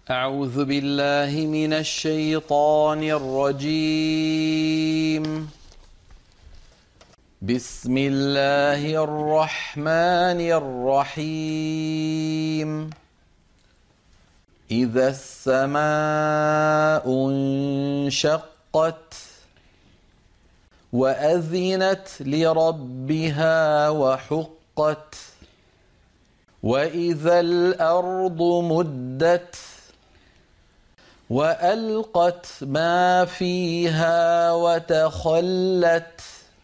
أعوذ بالله من الشيطان الرجيم. بسم الله الرحمن الرحيم. إذا السماء انشقت وأذنت لربها وحقت وإذا الأرض مدت وألقت ما فيها وتخلت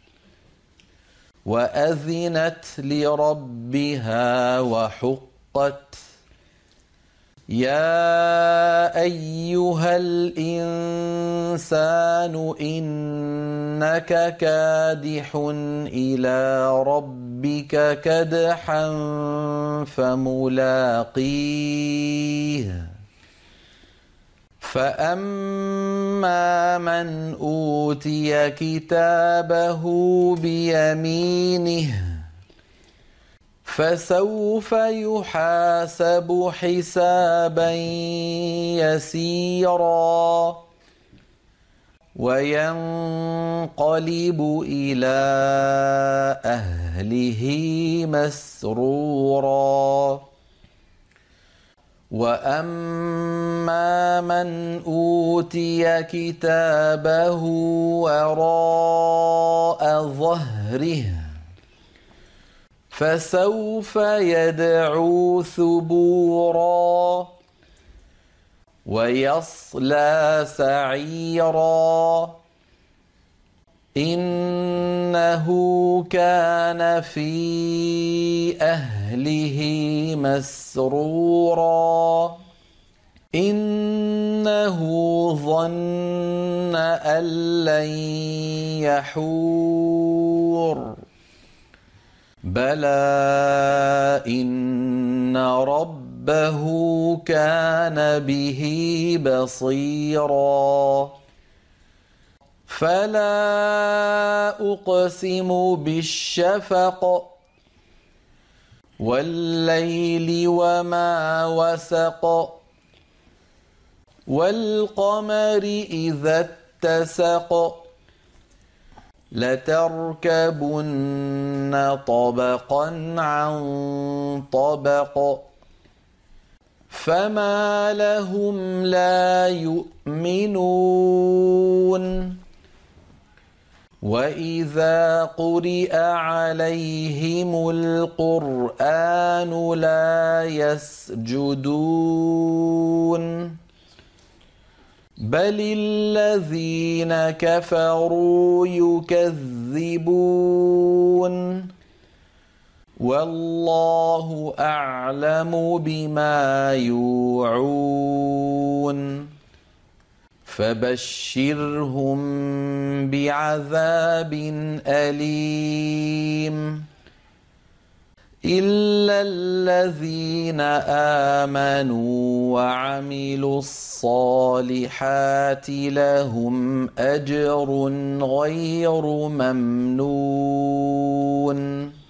وأذنت لربها وحقت يا أيها الإنسان إنك كادح إلى ربك كدحا فملاقيه فأما من أوتي كتابه بيمينه فسوف يحاسب حسابا يسيرا وينقلب إلى أهله مسرورا وأما من أوتي كتابه وراء ظهره فسوف يدعو ثبورا ويصلى سعيرا إنه كان في أهله مسرورا إنه ظن أن لن يحور بلى إن ربه كان به بصيرا فلا أقسم بالشفق والليل وما وسق والقمر إذا اتسق لتركبن طبقا عن طبق فما لهم لا يؤمنون وإذا قرئ عليهم القرآن لا يسجدون بل الذين كفروا يكذبون والله أعلم بما يوعون فبشرهم بعذاب أليم إلا الذين آمنوا وعملوا الصالحات لهم أجر غير ممنون